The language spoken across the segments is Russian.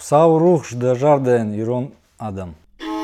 Саурух Ждажарден Ирон Адам.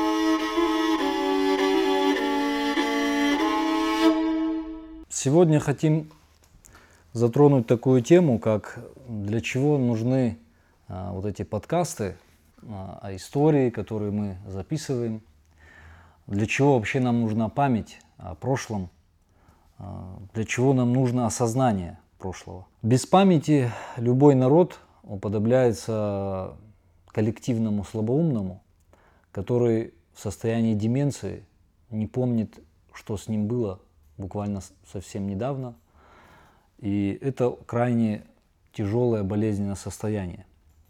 Сегодня хотим затронуть такую тему, как для чего нужны вот эти подкасты о истории, которые мы записываем, для чего вообще нам нужна память о прошлом, для чего нам нужно осознание прошлого. Без памяти любой народ уподобляется коллективному слабоумному, который в состоянии деменции не помнит, что с ним было буквально совсем недавно. И это крайне тяжелое болезненное состояние.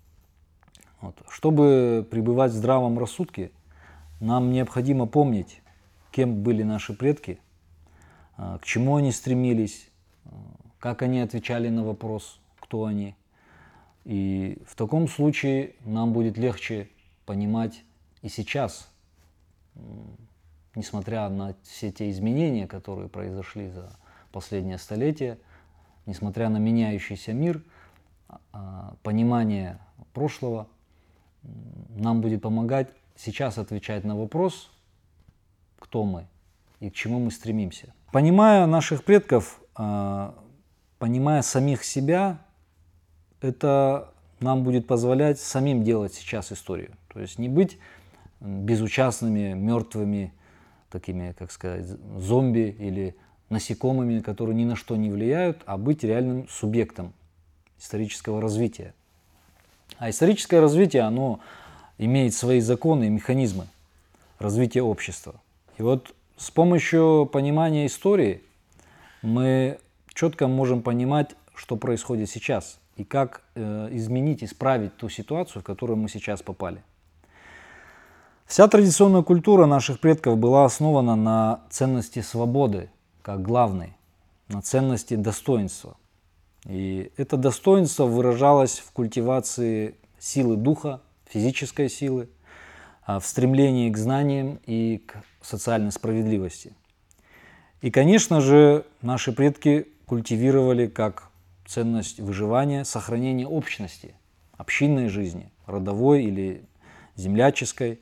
Чтобы пребывать в здравом рассудке, нам необходимо помнить, кем были наши предки, к чему они стремились, как они отвечали на вопрос, кто они. И в таком случае нам будет легче понимать и сейчас, несмотря на все те изменения, которые произошли за последнее столетие, несмотря на меняющийся мир, понимание прошлого нам будет помогать сейчас отвечать на вопрос, кто мы и к чему мы стремимся. Понимая наших предков, понимая самих себя, это нам будет позволять самим делать сейчас историю. То есть не быть безучастными, мертвыми, такими, как сказать, зомби или насекомыми, которые ни на что не влияют, а быть реальным субъектом исторического развития. А историческое развитие, оно имеет свои законы и механизмы развития общества. И вот с помощью понимания истории мы четко можем понимать, что происходит сейчас и как изменить, исправить ту ситуацию, в которую мы сейчас попали. Вся традиционная культура наших предков была основана на ценности свободы, как главной, на ценности достоинства. И это достоинство выражалось в культивации силы духа, физической силы, в стремлении к знаниям и к социальной справедливости. И, конечно же, наши предки культивировали как ценность выживания, сохранения общности, общинной жизни, родовой или земляческой.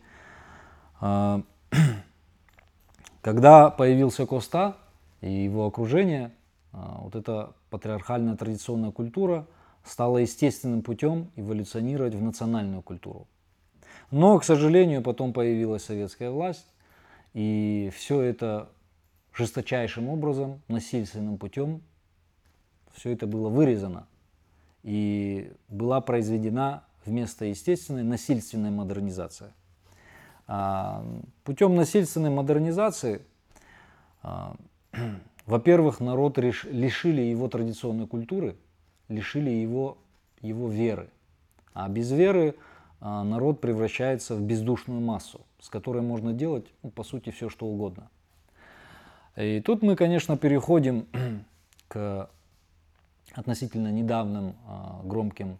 Когда появился Коста и его окружение, вот эта патриархальная традиционная культура стала естественным путем эволюционировать в национальную культуру. Но, к сожалению, потом появилась советская власть, и все это жесточайшим образом, насильственным путем, все это было вырезано. И была произведена вместо естественной насильственная модернизация. Путем насильственной модернизации, во-первых, народ лишили его традиционной культуры, лишили его веры. А без веры народ превращается в бездушную массу, с которой можно делать, по сути, все, что угодно. И тут мы, конечно, переходим к относительно недавним громким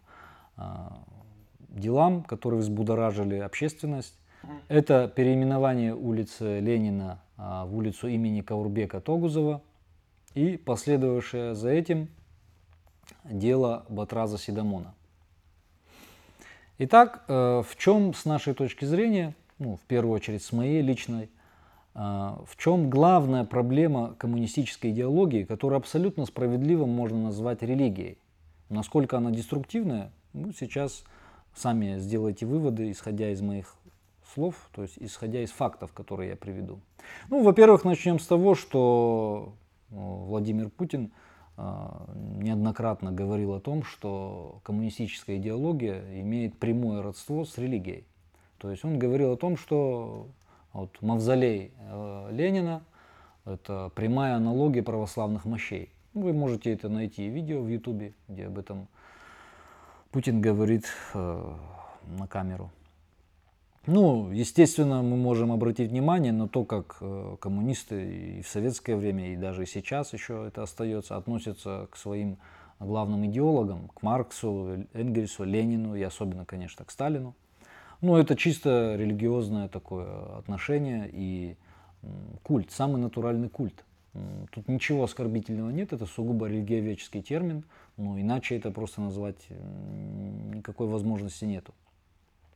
делам, которые взбудоражили общественность. Это переименование улицы Ленина в улицу имени Каурбека Тогузова и последовавшее за этим дело Батраза Сидамона. Итак, в чем с нашей точки зрения, в первую очередь с моей личной, в чем главная проблема коммунистической идеологии, которую абсолютно справедливо можно назвать религией? Насколько она деструктивная, сейчас сами сделайте выводы, исходя из моих слов, то есть исходя из фактов, которые я приведу. Во-первых, начнем с того, что Владимир Путин неоднократно говорил о том, что коммунистическая идеология имеет прямое родство с религией. То есть он говорил о том, что мавзолей Ленина – это прямая аналогия православных мощей. Вы можете это найти в видео в Ютубе, где об этом Путин говорит на камеру. Естественно, мы можем обратить внимание на то, как коммунисты и в советское время, и даже сейчас еще это остается, относятся к своим главным идеологам, к Марксу, Энгельсу, Ленину и особенно, конечно, к Сталину. Это чисто религиозное такое отношение и культ, самый натуральный культ. Тут ничего оскорбительного нет, это сугубо религиоведческий термин, иначе это просто назвать никакой возможности нету.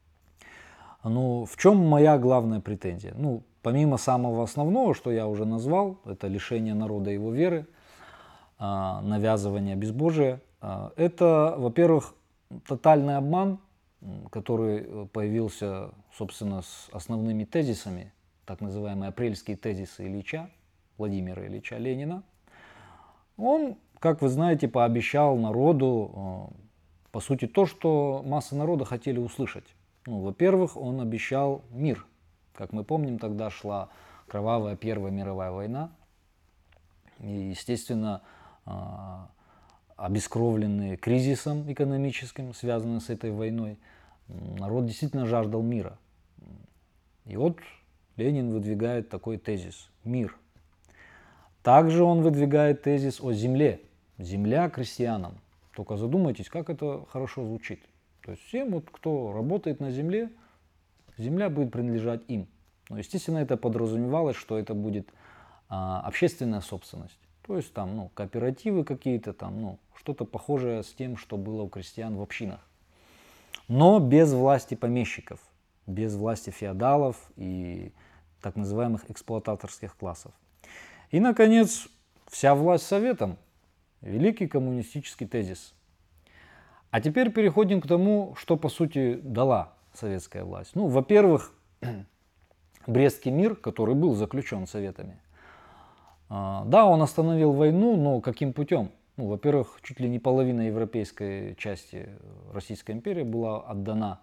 Ну, в чем моя главная претензия? Ну, помимо самого основного, что я уже назвал, это лишение народа его веры, навязывание безбожия, это, во-первых, тотальный обман, который появился, собственно, с основными тезисами, так называемые апрельские тезисы Ильича, Владимира Ильича Ленина. Он, как вы знаете, пообещал народу, по сути, то, что массы народа хотели услышать. Ну, во-первых, он обещал мир. Как мы помним, тогда шла кровавая Первая мировая война. И, естественно, обескровленный кризисом экономическим, связанным с этой войной, народ действительно жаждал мира. И вот Ленин выдвигает такой тезис – мир. Также он выдвигает тезис о земле. Земля крестьянам. Только задумайтесь, как это хорошо звучит. То есть всем, вот, кто работает на земле, земля будет принадлежать им. Но, естественно, это подразумевалось, что это будет общественная собственность. То есть там, ну, кооперативы какие-то, там, ну, что-то похожее с тем, что было у крестьян в общинах. Но без власти помещиков, без власти феодалов и так называемых эксплуататорских классов. И, наконец, вся власть советам. Великий коммунистический тезис. А теперь переходим к тому, что, по сути, дала советская власть. Ну, во-первых, Брестский мир, который был заключен советами. Да, он остановил войну, но каким путем? Ну, во-первых, чуть ли не половина европейской части Российской империи была отдана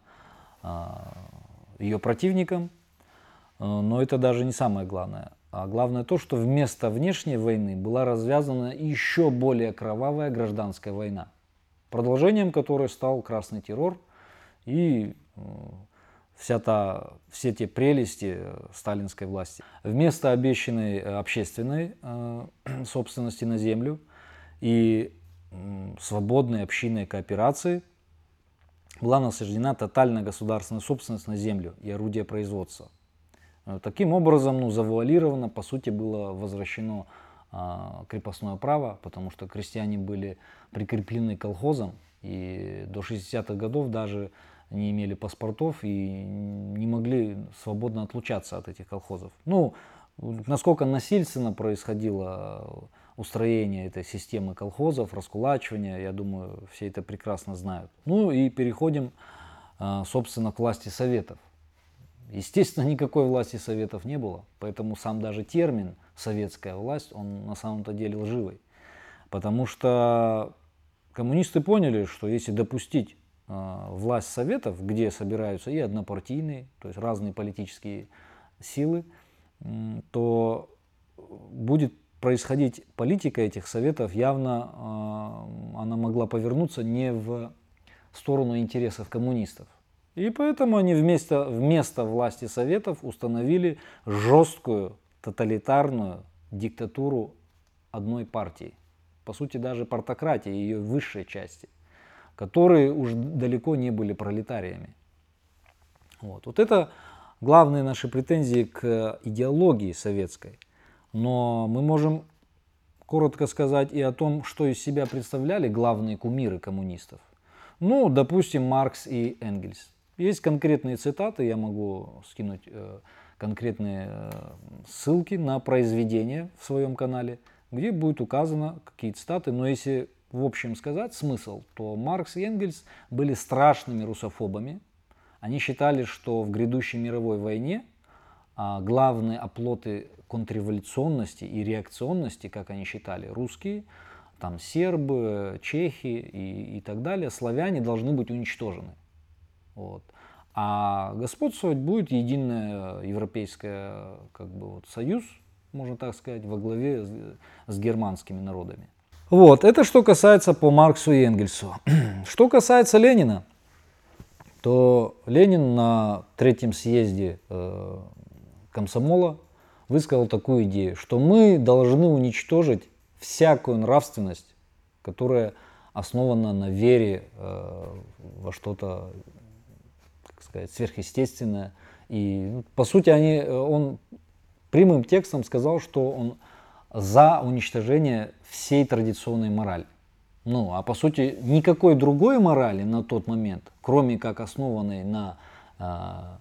ее противникам, но это даже не самое главное. А главное то, что вместо внешней войны была развязана еще более кровавая гражданская война, продолжением которой стал красный террор и все те прелести сталинской власти. Вместо обещанной общественной собственности на землю и свободной общинной кооперации была насаждена тотальная государственная собственность на землю и орудия производства. Таким образом, завуалированно, по сути, было возвращено крепостное право, потому что крестьяне были прикреплены к колхозам и до 60-х годов даже не имели паспортов и не могли свободно отлучаться от этих колхозов. Ну, насколько насильственно происходило устроение этой системы колхозов, раскулачивание, я думаю, все это прекрасно знают. Ну и переходим, собственно, к власти советов. Естественно, никакой власти советов не было, поэтому сам даже термин «советская власть», он на самом-то деле лживый. Потому что коммунисты поняли, что если допустить власть советов, где собираются и однопартийные, то есть разные политические силы, то будет происходить политика этих советов, явно она могла повернуться не в сторону интересов коммунистов. И поэтому они вместо власти советов установили жесткую тоталитарную диктатуру одной партии. По сути, даже партократии, ее высшей части, которые уж далеко не были пролетариями. Вот это главные наши претензии к идеологии советской. Но мы можем коротко сказать и о том, что из себя представляли главные кумиры коммунистов. Ну, допустим, Маркс и Энгельс. Есть конкретные цитаты, я могу скинуть конкретные ссылки на произведения в своем канале, где будет указано какие цитаты, но если в общем сказать смысл, то Маркс и Энгельс были страшными русофобами. Они считали, что в грядущей мировой войне главные оплоты контрреволюционности и реакционности, как они считали, русские, там сербы, чехи и так далее, славяне должны быть уничтожены. Вот. А господствовать будет единый европейский союз, можно так сказать, во главе с германскими народами. Вот, это что касается по Марксу и Энгельсу. Что касается Ленина, то Ленин на третьем съезде комсомола высказал такую идею, что мы должны уничтожить всякую нравственность, которая основана на вере во что-то, так сказать, сверхъестественное. И, по сути, он прямым текстом сказал, что он за уничтожение всей традиционной морали. Ну, а по сути, никакой другой морали на тот момент, кроме как основанной на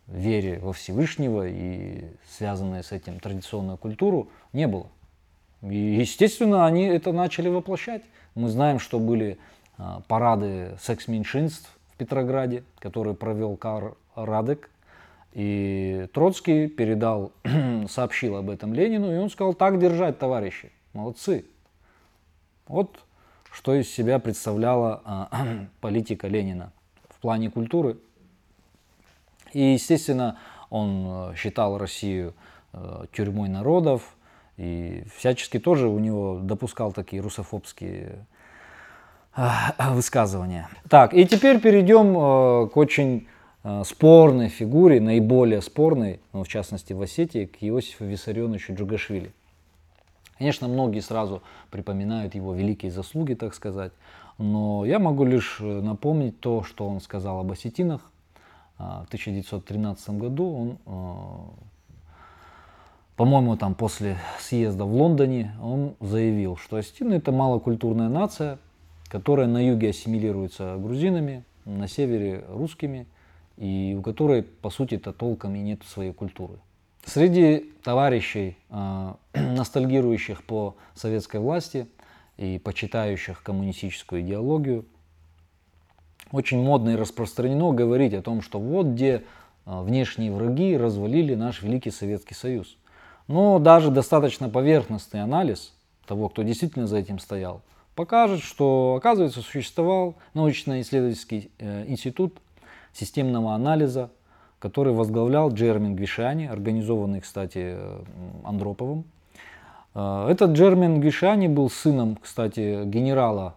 вере во Всевышнего и связанной с этим традиционную культуру не было. И, естественно, они это начали воплощать. Мы знаем, что были парады секс-меньшинств в Петрограде, которые провел Карл Радек. И Троцкий сообщил об этом Ленину, и он сказал: так держать, товарищи, молодцы. Вот что из себя представляла политика Ленина в плане культуры. И, естественно, он считал Россию тюрьмой народов, и всячески тоже у него допускал такие русофобские высказывания. Так, и теперь перейдем к очень спорной фигуре, наиболее спорной, в частности в Осетии, к Иосифу Виссарионовичу Джугашвили. Конечно, многие сразу припоминают его великие заслуги, так сказать, но я могу лишь напомнить то, что он сказал об осетинах. В 1913 году он, по-моему, там после съезда в Лондоне, он заявил, что осетины — это малокультурная нация, которая на юге ассимилируется грузинами, на севере русскими, и у которой, по сути-то, толком и нет своей культуры. Среди товарищей, ностальгирующих по советской власти и почитающих коммунистическую идеологию, очень модно и распространено говорить о том, что вот где внешние враги развалили наш великий Советский Союз. Но даже достаточно поверхностный анализ того, кто действительно за этим стоял, покажет, что, оказывается, существовал научно-исследовательский институт системного анализа, который возглавлял Джермен Гвишани, организованный, кстати, Андроповым. Этот Джермен Гвишани был сыном, кстати, генерала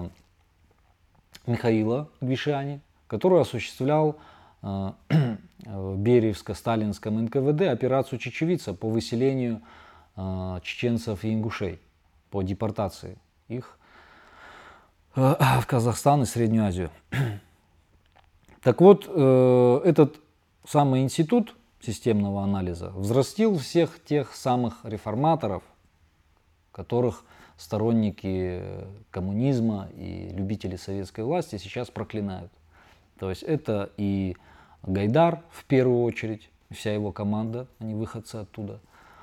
Михаила Гвишани, который осуществлял в Бериевско-Сталинском НКВД операцию «Чечевица» по выселению чеченцев и ингушей, по депортации их в Казахстан и Среднюю Азию. Так вот, этот самый институт системного анализа взрастил всех тех самых реформаторов, которых сторонники коммунизма и любители советской власти сейчас проклинают. То есть это и Гайдар в первую очередь, вся его команда, они выходцы оттуда.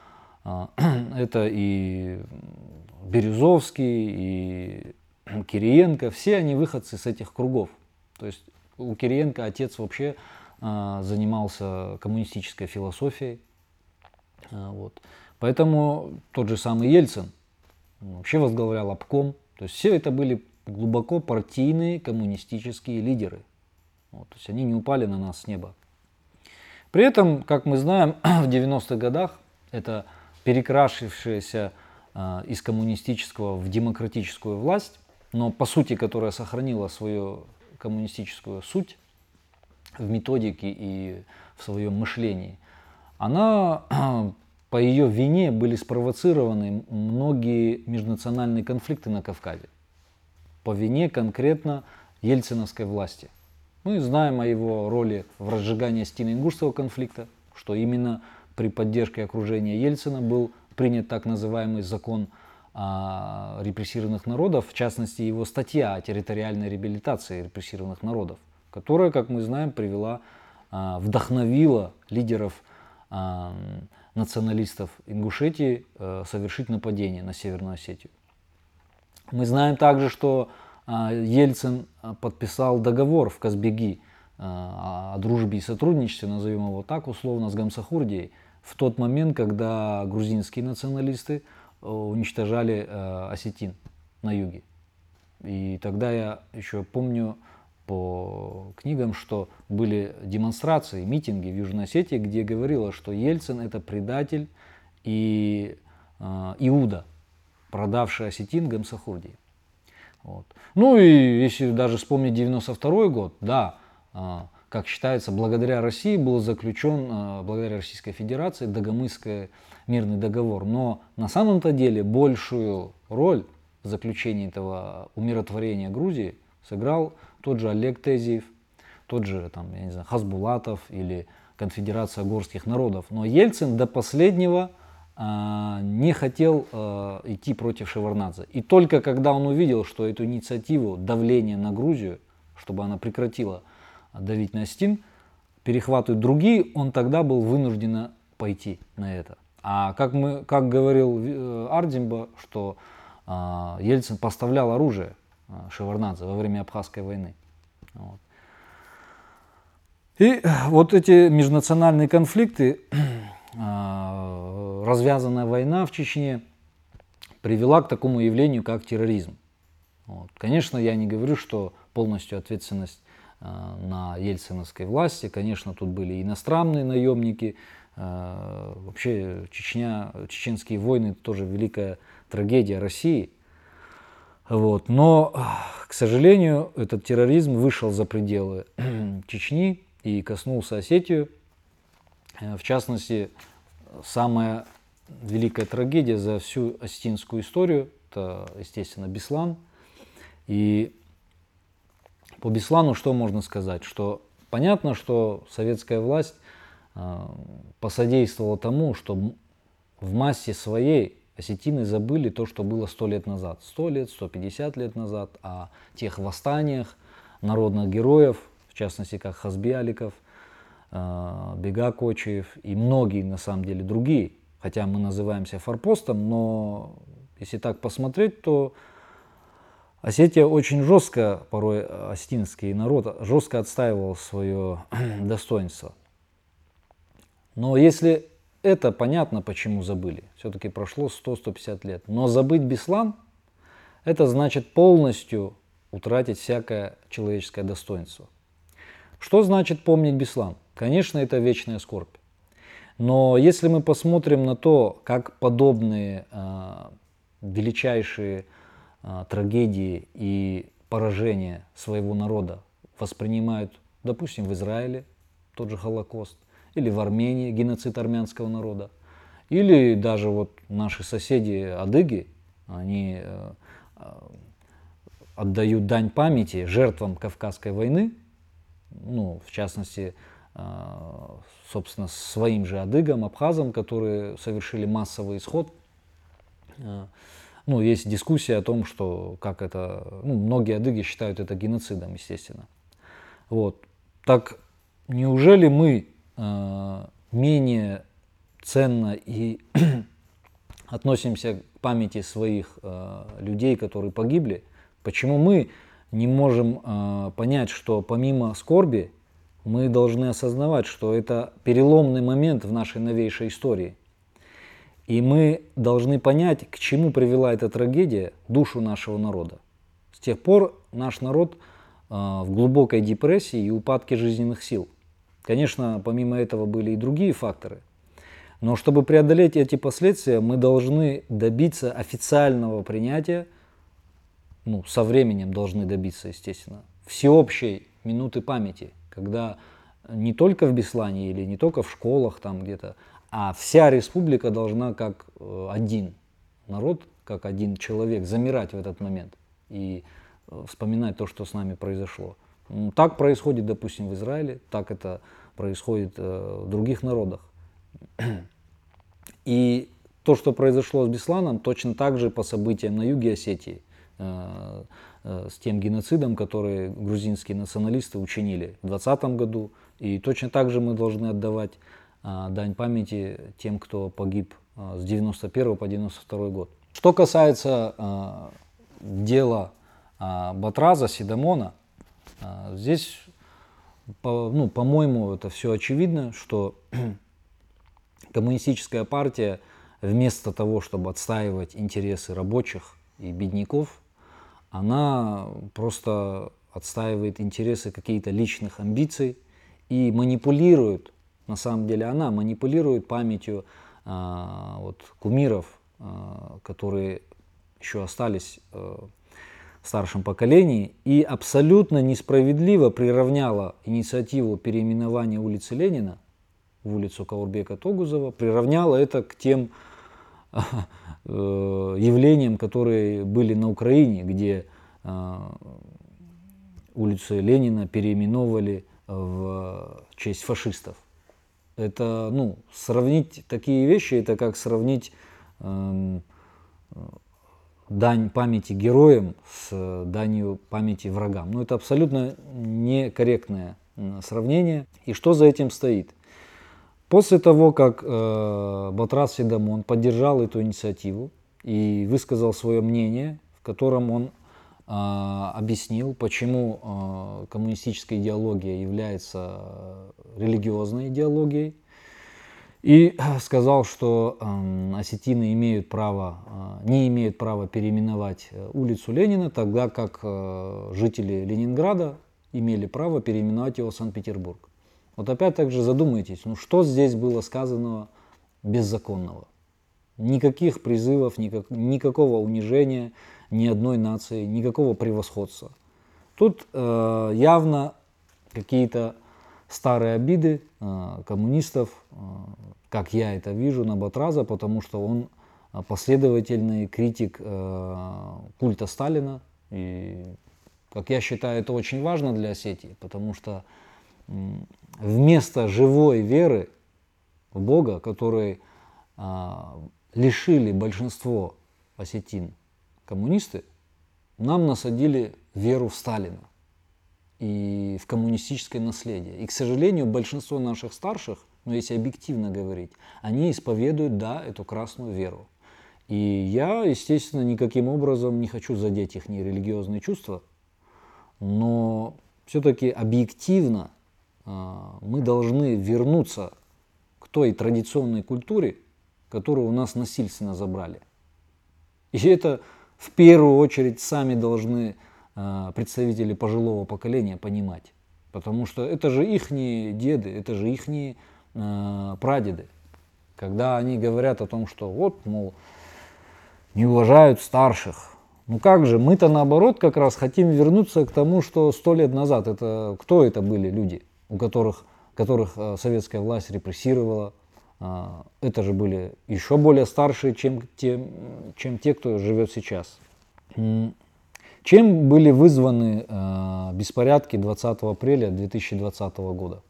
Это и Березовский, и Кириенко, все они выходцы с этих кругов. То есть у Кириенко отец вообще занимался коммунистической философией. Вот. Поэтому тот же самый Ельцин вообще возглавлял обком. То есть все это были глубоко партийные коммунистические лидеры. Вот. То есть они не упали на нас с неба. При этом, как мы знаем, в 90-х годах это перекрашившаяся из коммунистического в демократическую власть, но по сути, которая сохранила свою коммунистическую суть в методике и в своем мышлении, она, по ее вине были спровоцированы многие межнациональные конфликты на Кавказе. По вине конкретно ельциновской власти. Мы знаем о его роли в разжигании осетино-ингушского конфликта, что именно при поддержке окружения Ельцина был принят так называемый закон о репрессированных народов, в частности его статья о территориальной реабилитации репрессированных народов, которая, как мы знаем, вдохновила лидеров националистов Ингушетии совершить нападение на Северную Осетию. Мы знаем также, что Ельцин подписал договор в Казбеги о дружбе и сотрудничестве, назовем его так, условно, с Гамсахурдией, в тот момент, когда грузинские националисты уничтожали осетин на юге. И тогда я еще помню по книгам, что были демонстрации, митинги в Южной Осетии, где говорилось, что Ельцин — это предатель и Иуда, продавший осетин Гамсахурдии. Вот. Ну и если даже вспомнить 92 год, да, как считается, благодаря России был заключен, благодаря Российской Федерации, Дагомысский мирный договор. Но на самом-то деле большую роль в заключении этого умиротворения Грузии сыграл тот же Олег Тезиев, тот же там, я не знаю, Хасбулатов или Конфедерация горских народов. Но Ельцин до последнего не хотел идти против Шеварднадзе. И только когда он увидел, что эту инициативу давления на Грузию, чтобы она прекратила давить на осетин, перехватывают другие, он тогда был вынужден пойти на это. А как говорил Ардемба, что Ельцин поставлял оружие Шеварднадзе во время Абхазской войны. Вот. И вот эти межнациональные конфликты, развязанная война в Чечне привела к такому явлению, как терроризм. Вот. Конечно, я не говорю, что полностью ответственность на ельциновской власти. Конечно, тут были иностранные наемники. Вообще чеченские войны – тоже великая трагедия России. Вот. Но, к сожалению, этот терроризм вышел за пределы Чечни и коснулся Осетию. В частности, самая великая трагедия за всю осетинскую историю – это, естественно, Беслан. И по Беслану что можно сказать? Что понятно, что советская власть посодействовала тому, что в массе своей осетины забыли то, что было 100 лет назад. 100 лет, 150 лет назад, о тех восстаниях народных героев, в частности, как Хазби Аликов, Бега Кочиев и многие, на самом деле, другие. Хотя мы называемся форпостом, но если так посмотреть, то Осетия очень жестко, порой осетинский народ, жестко отстаивал свое достоинство. Но если это понятно, почему забыли. Все-таки прошло 100-150 лет. Но забыть Беслан, это значит полностью утратить всякое человеческое достоинство. Что значит помнить Беслан? Конечно, это вечная скорбь. Но если мы посмотрим на то, как подобные величайшие трагедии и поражения своего народа воспринимают, допустим, в Израиле, тот же Холокост, или в Армении, геноцид армянского народа, или даже вот наши соседи адыги, они отдают дань памяти жертвам Кавказской войны, ну, в частности, собственно, своим же адыгам, абхазам, которые совершили массовый исход. Ну, есть дискуссия о том, что как это, ну, многие адыги считают это геноцидом, естественно. Вот. Так неужели мы менее ценно и относимся к памяти своих людей, которые погибли? Почему мы не можем понять, что помимо скорби мы должны осознавать, что это переломный момент в нашей новейшей истории? И мы должны понять, к чему привела эта трагедия душу нашего народа. С тех пор наш народ в глубокой депрессии и упадке жизненных сил. Конечно, помимо этого были и другие факторы. Но чтобы преодолеть эти последствия, мы должны добиться официального принятия, ну, со временем должны добиться, естественно, всеобщей минуты памяти, когда не только в Беслане или не только в школах там где-то, а вся республика должна как один народ, как один человек замирать в этот момент и вспоминать то, что с нами произошло. Так происходит, допустим, в Израиле, так это происходит в других народах. И то, что произошло с Бесланом, точно так же по событиям на юге Осетии, с тем геноцидом, который грузинские националисты учинили в 2020 году. И точно так же мы должны отдавать дань памяти тем, кто погиб с 91 по 92 год. Что касается дела Батраза, Сидамона, здесь, по-моему, это все очевидно, что коммунистическая партия вместо того, чтобы отстаивать интересы рабочих и бедняков, она просто отстаивает интересы каких-то личных амбиций и манипулирует, на самом деле она манипулирует памятью вот, кумиров, которые еще остались в старшем поколении, и абсолютно несправедливо приравняла инициативу переименования улицы Ленина в улицу Каурбека Тогузова, приравняла это к тем явлениям, которые были на Украине, где улицу Ленина переименовали в честь фашистов. Это, сравнить такие вещи, это как сравнить дань памяти героям с данью памяти врагам. Это абсолютно некорректная сравнение. И что за этим стоит? После того, как Батрас Сидамон поддержал эту инициативу и высказал свое мнение, в котором он объяснил, почему коммунистическая идеология является религиозной идеологией, и сказал, что осетины не имеют права переименовать улицу Ленина, тогда как жители Ленинграда имели право переименовать его в Санкт-Петербург. Вот опять так же задумайтесь, ну что здесь было сказанного беззаконного? Никаких призывов, никакого унижения ни одной нации, никакого превосходства. Тут явно какие-то старые обиды коммунистов, как я это вижу, на Батраза, потому что он последовательный критик культа Сталина. И, как я считаю, это очень важно для Осетии, потому что вместо живой веры в Бога, которой лишили большинство осетин коммунисты, нам насадили веру в Сталина и в коммунистическое наследие. И, к сожалению, большинство наших старших, ну, если объективно говорить, они исповедуют, да, эту красную веру. И я, естественно, никаким образом не хочу задеть их религиозные чувства, но все-таки объективно мы должны вернуться к той традиционной культуре, которую у нас насильственно забрали. И это в первую очередь сами должны представители пожилого поколения понимать. Потому что это же ихние деды, это же ихние прадеды. Когда они говорят о том, что вот, мол, не уважают старших. Ну как же, мы-то наоборот как раз хотим вернуться к тому, что 100 лет назад, кто это были люди, у которых советская власть репрессировала. Это же были еще более старшие, чем те, кто живет сейчас. Чем были вызваны беспорядки 20 апреля 2020 года?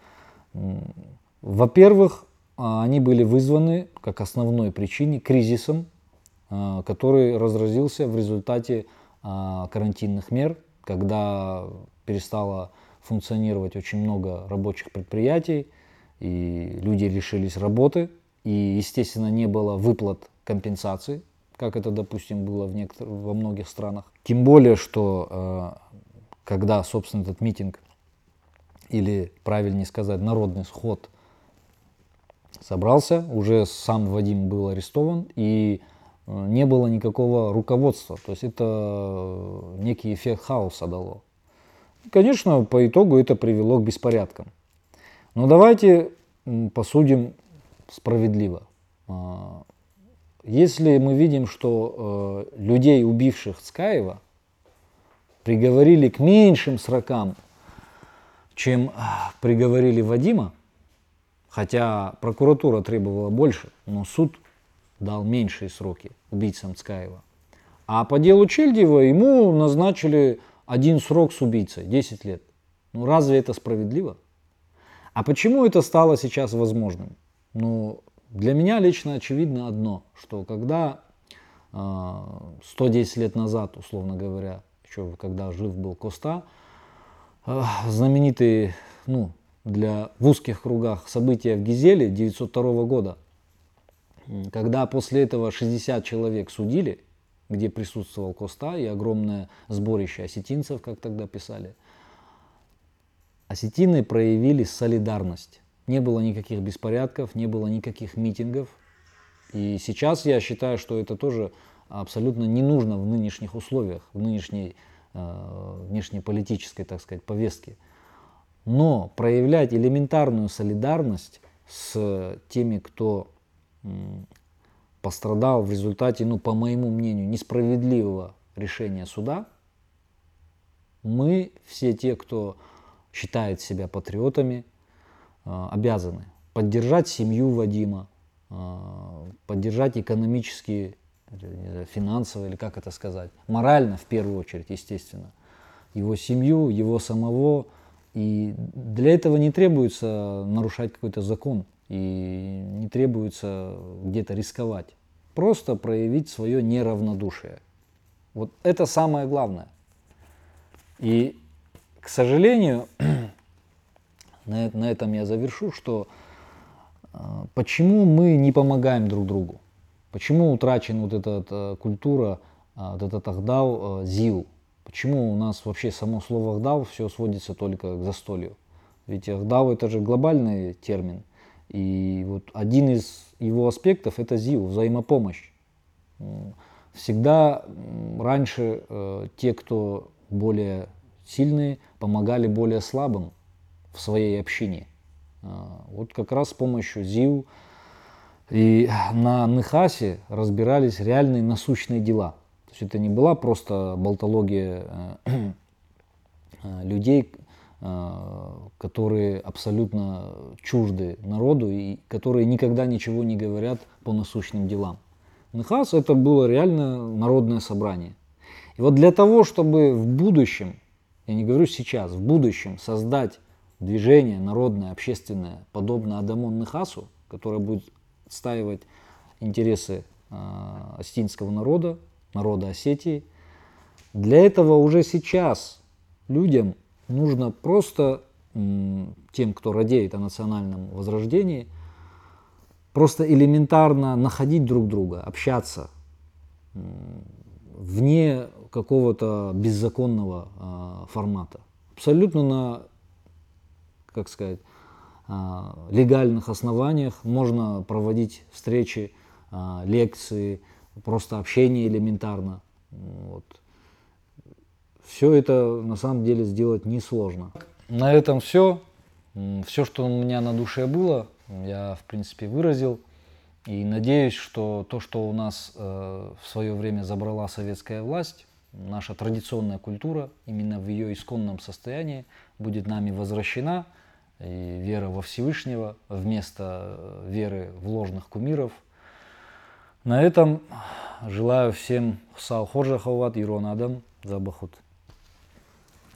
Во-первых, они были вызваны, как основной причине, кризисом, который разразился в результате карантинных мер, когда перестало функционировать очень много рабочих предприятий, и люди лишились работы, и, естественно, не было выплат компенсаций, как это, допустим, было во многих странах. Тем более, что когда, собственно, этот митинг, или, правильнее сказать, народный сход собрался, уже сам Вадим был арестован, и не было никакого руководства. То есть это некий эффект хаоса дало. Конечно, по итогу это привело к беспорядкам. Но давайте посудим справедливо. Если мы видим, что людей, убивших Цкаева, приговорили к меньшим срокам, чем приговорили Вадима, хотя прокуратура требовала больше, но суд дал меньшие сроки убийцам Цкаева. А по делу Чельдева ему назначили один срок с убийцей, 10 лет. Ну разве это справедливо? А почему это стало сейчас возможным? Ну, для меня лично очевидно одно, что когда 110 лет назад, условно говоря, еще когда жив был Коста, знаменитые, в узких кругах события в Гизеле 1902 года, когда после этого 60 человек судили, где присутствовал Коста и огромное сборище осетинцев, как тогда писали, осетины проявили солидарность. Не было никаких беспорядков, не было никаких митингов. И сейчас я считаю, что это тоже абсолютно не нужно в нынешних условиях, в нынешней внешнеполитической, так сказать, повестке. Но проявлять элементарную солидарность с теми, кто пострадал в результате, по моему мнению, несправедливого решения суда, мы, все те, кто считает себя патриотами, обязаны поддержать семью Вадима, поддержать экономически, финансово, или как это сказать, морально в первую очередь, естественно, его семью, его самого. И для этого не требуется нарушать какой-то закон и не требуется где-то рисковать. Просто проявить свое неравнодушие. Вот это самое главное. И, к сожалению, на этом я завершу, что почему мы не помогаем друг другу? Почему утрачена вот эта культура, вот этот ахдау, зил? Почему у нас вообще само слово ахдау все сводится только к застолью? Ведь ахдау это же глобальный термин. И вот один из его аспектов это зил, взаимопомощь. Всегда раньше те, кто более сильные, помогали более слабым в своей общине. Вот как раз с помощью ЗИУ и на Нехасе разбирались реальные насущные дела. То есть это не была просто болтология людей, которые абсолютно чужды народу и которые никогда ничего не говорят по насущным делам. Нехас это было реально народное собрание. И вот для того, чтобы в будущем, я не говорю сейчас, в будущем создать движение народное, общественное, подобное Адамон Нехасу, которое будет отстаивать интересы осетинского народа, народа Осетии, для этого уже сейчас людям нужно просто, тем, кто радеет о национальном возрождении, просто элементарно находить друг друга, общаться вне какого-то беззаконного формата. Абсолютно на, как сказать, легальных основаниях можно проводить встречи, лекции, просто общение элементарно. Вот. Все это на самом деле сделать несложно. На этом все. Все, что у меня на душе было, я в принципе выразил. И надеюсь, что то, что у нас в свое время забрала советская власть, наша традиционная культура, именно в ее исконном состоянии, будет нами возвращена. И вера во Всевышнего вместо веры в ложных кумиров. На этом желаю всем хсау ходжа хават, ирон адам, забахут.